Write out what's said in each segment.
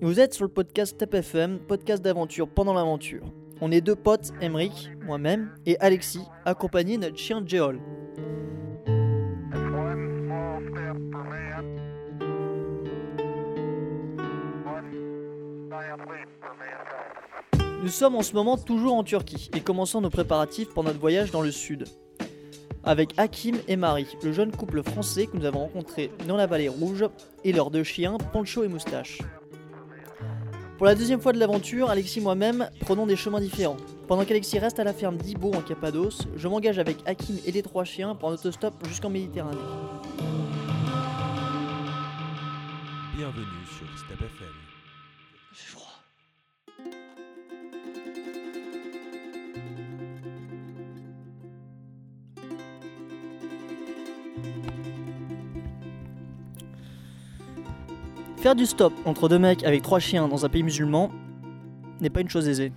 Vous êtes sur le podcast Step FM, podcast d'aventure pendant l'aventure. On est deux potes, Emeric, moi-même, et Alexis, accompagnés de notre chien Jeol. Nous sommes en ce moment toujours en Turquie et commençons nos préparatifs pour notre voyage dans le sud. Avec Hakim et Marie, le jeune couple français que nous avons rencontré dans la vallée rouge, et leurs deux chiens, Pancho et Moustache. Pour la deuxième fois de l'aventure, Alexis et moi-même prenons des chemins différents. Pendant qu'Alexis reste à la ferme d'Ibo en Cappadoce, je m'engage avec Hakim et les trois chiens pour un autostop jusqu'en Méditerranée. Bienvenue sur Step FM. Il fait froid. Faire du stop entre deux mecs avec trois chiens dans un pays musulman n'est pas une chose aisée.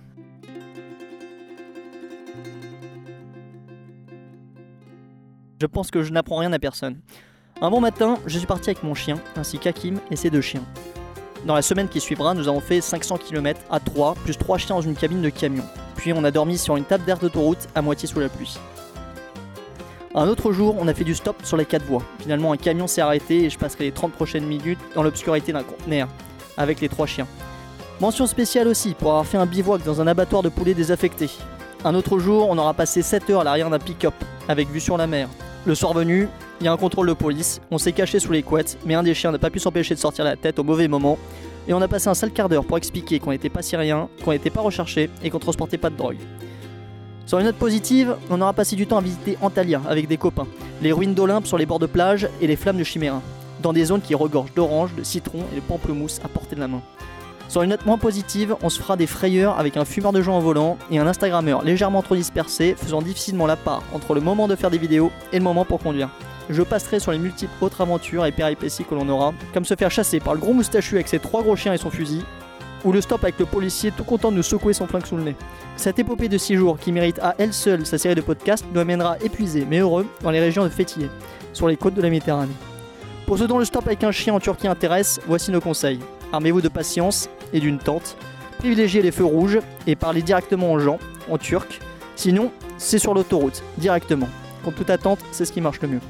Je pense que je n'apprends rien à personne. Un bon matin, je suis parti avec mon chien, ainsi qu'Hakim et ses deux chiens. Dans la semaine qui suivra, nous avons fait 500 km à 3, plus 3 chiens dans une cabine de camion. Puis on a dormi sur une table d'air d'autoroute à moitié sous la pluie. Un autre jour, on a fait du stop sur les 4 voies. Finalement, un camion s'est arrêté et je passerai les 30 prochaines minutes dans l'obscurité d'un conteneur, avec les 3 chiens. Mention spéciale aussi pour avoir fait un bivouac dans un abattoir de poulets désaffecté. Un autre jour, on aura passé 7 heures à l'arrière d'un pick-up, avec vue sur la mer. Le soir venu, il y a un contrôle de police, on s'est caché sous les couettes, mais un des chiens n'a pas pu s'empêcher de sortir la tête au mauvais moment, et on a passé un sale quart d'heure pour expliquer qu'on n'était pas syriens, qu'on n'était pas recherchés et qu'on transportait pas de drogue. Sur une note positive, on aura passé du temps à visiter Antalya avec des copains, les ruines d'Olympe sur les bords de plage et les flammes de Chiméra, dans des zones qui regorgent d'oranges, de citron et de pamplemousse à portée de la main. Sur une note moins positive, on se fera des frayeurs avec un fumeur de joint au volant et un instagrammeur légèrement trop dispersé, faisant difficilement la part entre le moment de faire des vidéos et le moment pour conduire. Je passerai sur les multiples autres aventures et péripéties que l'on aura, comme se faire chasser par le gros moustachu avec ses 3 gros chiens et son fusil, ou le stop avec le policier tout content de nous secouer son flingue sous le nez. Cette épopée de 6 jours qui mérite à elle seule sa série de podcasts nous amènera épuisés mais heureux dans les régions de Fethiye, sur les côtes de la Méditerranée. Pour ceux dont le stop avec un chien en Turquie intéresse, voici nos conseils. Armez-vous de patience et d'une tente, privilégiez les feux rouges et parlez directement aux gens, en turc. Sinon, c'est sur l'autoroute, directement. Contre toute attente, c'est ce qui marche le mieux.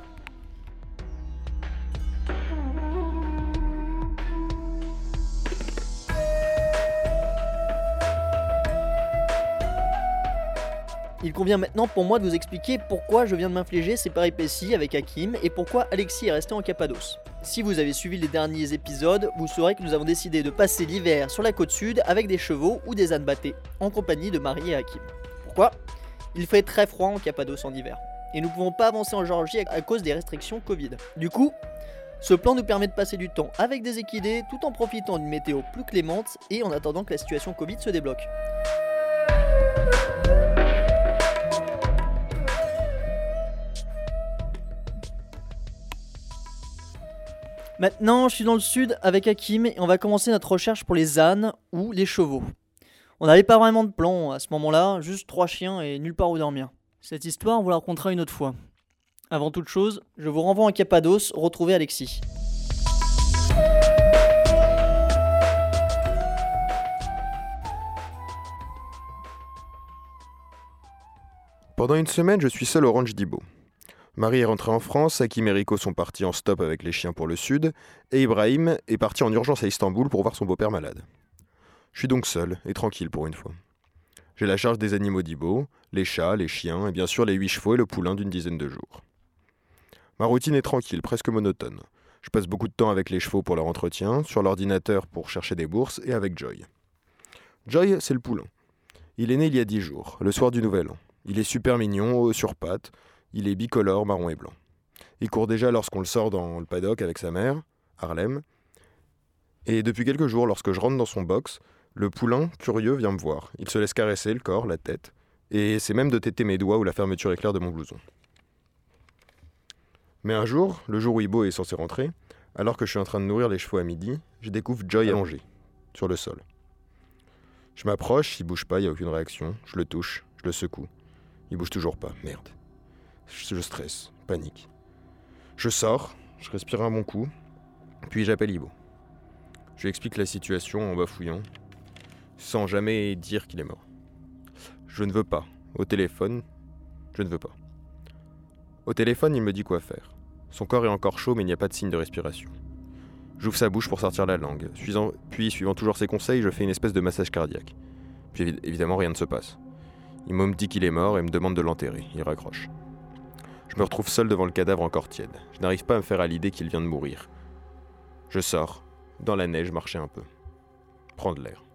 Il convient maintenant pour moi de vous expliquer pourquoi je viens de m'infliger ces péripéties avec Hakim et pourquoi Alexis est resté en Cappadoce. Si vous avez suivi les derniers épisodes, vous saurez que nous avons décidé de passer l'hiver sur la côte sud avec des chevaux ou des ânes bâtés, en compagnie de Marie et Hakim. Pourquoi ? Il fait très froid en Cappadoce en hiver, et nous ne pouvons pas avancer en Géorgie à cause des restrictions Covid. Du coup, ce plan nous permet de passer du temps avec des équidés tout en profitant d'une météo plus clémente et en attendant que la situation Covid se débloque. Maintenant, je suis dans le sud avec Hakim et on va commencer notre recherche pour les ânes ou les chevaux. On n'avait pas vraiment de plan à ce moment-là, juste 3 chiens et nulle part où dormir. Cette histoire, on vous la racontera une autre fois. Avant toute chose, je vous renvoie en Cappadoce retrouver Alexis. Pendant une semaine, je suis seul au ranch d'Ibo. Marie est rentrée en France, Hakim et Rico sont partis en stop avec les chiens pour le sud, et Ibrahim est parti en urgence à Istanbul pour voir son beau-père malade. Je suis donc seul et tranquille pour une fois. J'ai la charge des animaux d'Ibo, les chats, les chiens et bien sûr les 8 chevaux et le poulain d'une dizaine de jours. Ma routine est tranquille, presque monotone. Je passe beaucoup de temps avec les chevaux pour leur entretien, sur l'ordinateur pour chercher des bourses et avec Joy. Joy, c'est le poulain. Il est né il y a 10 jours, le soir du Nouvel An. Il est super mignon, haut sur pattes. Il est bicolore, marron et blanc. Il court déjà lorsqu'on le sort dans le paddock avec sa mère, Harlem. Et depuis quelques jours, lorsque je rentre dans son box, le poulain, curieux, vient me voir. Il se laisse caresser le corps, la tête, et essaie même de téter mes doigts ou la fermeture éclair de mon blouson. Mais un jour, le jour où Ibo est censé rentrer, alors que je suis en train de nourrir les chevaux à midi, je découvre Joy allongé, sur le sol. Je m'approche, il bouge pas, il n'y a aucune réaction. Je le touche, je le secoue. Il bouge toujours pas, merde. Je stresse, panique. Je sors, je respire un bon coup, puis j'appelle Ibo. Je lui explique la situation en bafouillant, sans jamais dire qu'il est mort. Je ne veux pas. Au téléphone, je ne veux pas. Au téléphone, il me dit quoi faire. Son corps est encore chaud, mais il n'y a pas de signe de respiration. J'ouvre sa bouche pour sortir la langue. Puis, suivant toujours ses conseils, je fais une espèce de massage cardiaque. Puis évidemment, rien ne se passe. Il me dit qu'il est mort et me demande de l'enterrer. Il raccroche. Je me retrouve seul devant le cadavre encore tiède. Je n'arrive pas à me faire à l'idée qu'il vient de mourir. Je sors, dans la neige, marcher un peu. Prendre l'air.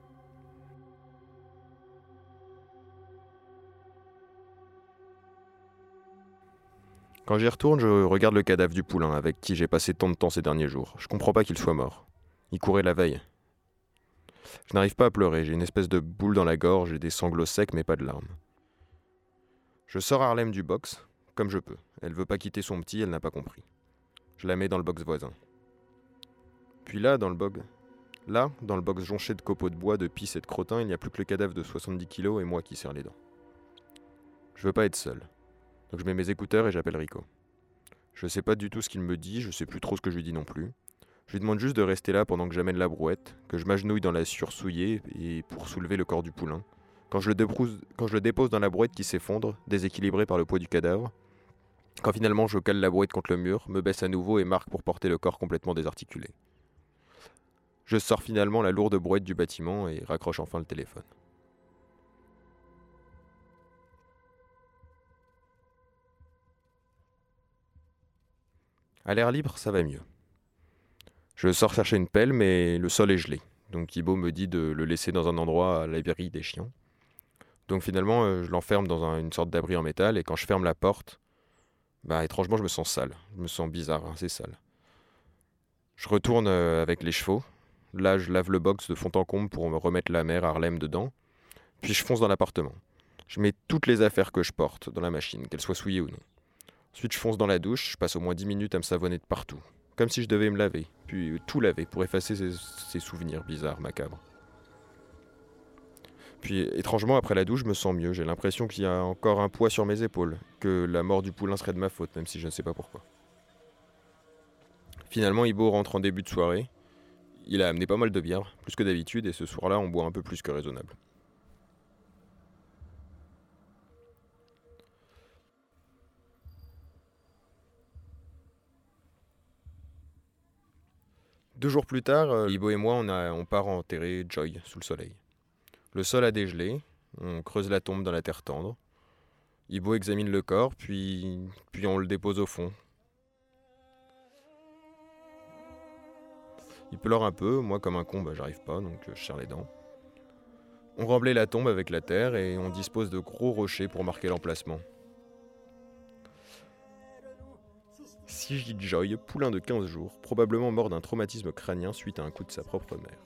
Quand j'y retourne, je regarde le cadavre du poulain avec qui j'ai passé tant de temps ces derniers jours. Je comprends pas qu'il soit mort. Il courait la veille. Je n'arrive pas à pleurer, j'ai une espèce de boule dans la gorge et des sanglots secs mais pas de larmes. Je sors Harlem du box, comme je peux. Elle veut pas quitter son petit, elle n'a pas compris. Je la mets dans le box voisin. Puis là, dans le box jonché de copeaux de bois, de pisse et de crottins, il n'y a plus que le cadavre de 70 kilos et moi qui serre les dents. Je veux pas être seul. Donc je mets mes écouteurs et j'appelle Rico. Je sais pas du tout ce qu'il me dit, je sais plus trop ce que je lui dis non plus. Je lui demande juste de rester là pendant que j'amène la brouette, que je m'agenouille dans la sursouillée et pour soulever le corps du poulain. Quand je le dépose dans la brouette qui s'effondre, déséquilibré par le poids du cadavre. Quand finalement je cale la brouette contre le mur, me baisse à nouveau et marque pour porter le corps complètement désarticulé. Je sors finalement la lourde brouette du bâtiment et raccroche enfin le téléphone. À l'air libre, ça va mieux. Je sors chercher une pelle, mais le sol est gelé. Donc Ibo me dit de le laisser dans un endroit à l'abri des chiens. Donc finalement, je l'enferme dans une sorte d'abri en métal, et quand je ferme la porte, étrangement, je me sens sale. Je me sens bizarre, c'est sale. Je retourne avec les chevaux. Là, je lave le box de fond en comble pour me remettre la mère Harlem dedans. Puis je fonce dans l'appartement. Je mets toutes les affaires que je porte dans la machine, qu'elles soient souillées ou non. Ensuite, je fonce dans la douche, je passe au moins 10 minutes à me savonner de partout. Comme si je devais me laver, puis tout laver pour effacer ces souvenirs bizarres, macabres. Puis, étrangement, après la douche, je me sens mieux. J'ai l'impression qu'il y a encore un poids sur mes épaules, que la mort du poulain serait de ma faute, même si je ne sais pas pourquoi. Finalement, Ibo rentre en début de soirée. Il a amené pas mal de bière, plus que d'habitude, et ce soir-là, on boit un peu plus que raisonnable. Deux jours plus tard, Ibo et moi, on part enterrer Joy sous le soleil. Le sol a dégelé, on creuse la tombe dans la terre tendre. Ibo examine le corps, puis on le dépose au fond. Il pleure un peu, moi comme un con, j'arrive pas, donc je serre les dents. On remblaye la tombe avec la terre et on dispose de gros rochers pour marquer l'emplacement. Sigil Joy, poulain de 15 jours, probablement mort d'un traumatisme crânien suite à un coup de sa propre mère.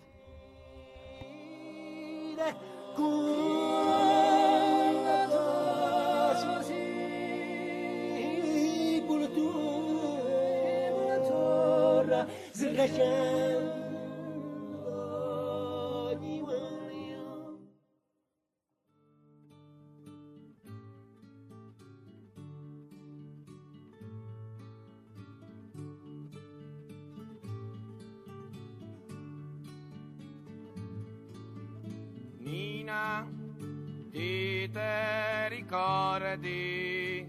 Nina, ti te ricordi?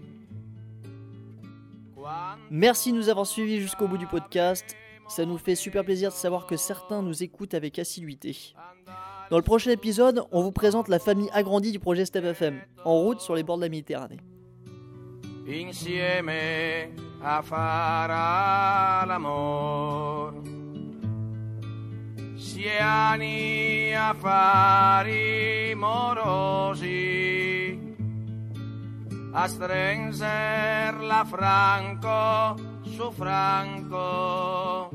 Merci de nous avoir suivis jusqu'au bout du podcast. Ça nous fait super plaisir de savoir que certains nous écoutent avec assiduité. Dans le prochain épisode, on vous présente la famille agrandie du projet Step FM, en route sur les bords de la Méditerranée. Insieme a fare l'amor, 6 anni affari morosi, a stringerla franco su franco,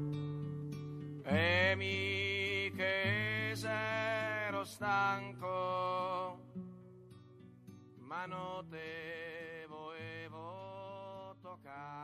e mi chiesero stanco, ma non te volevo toccare.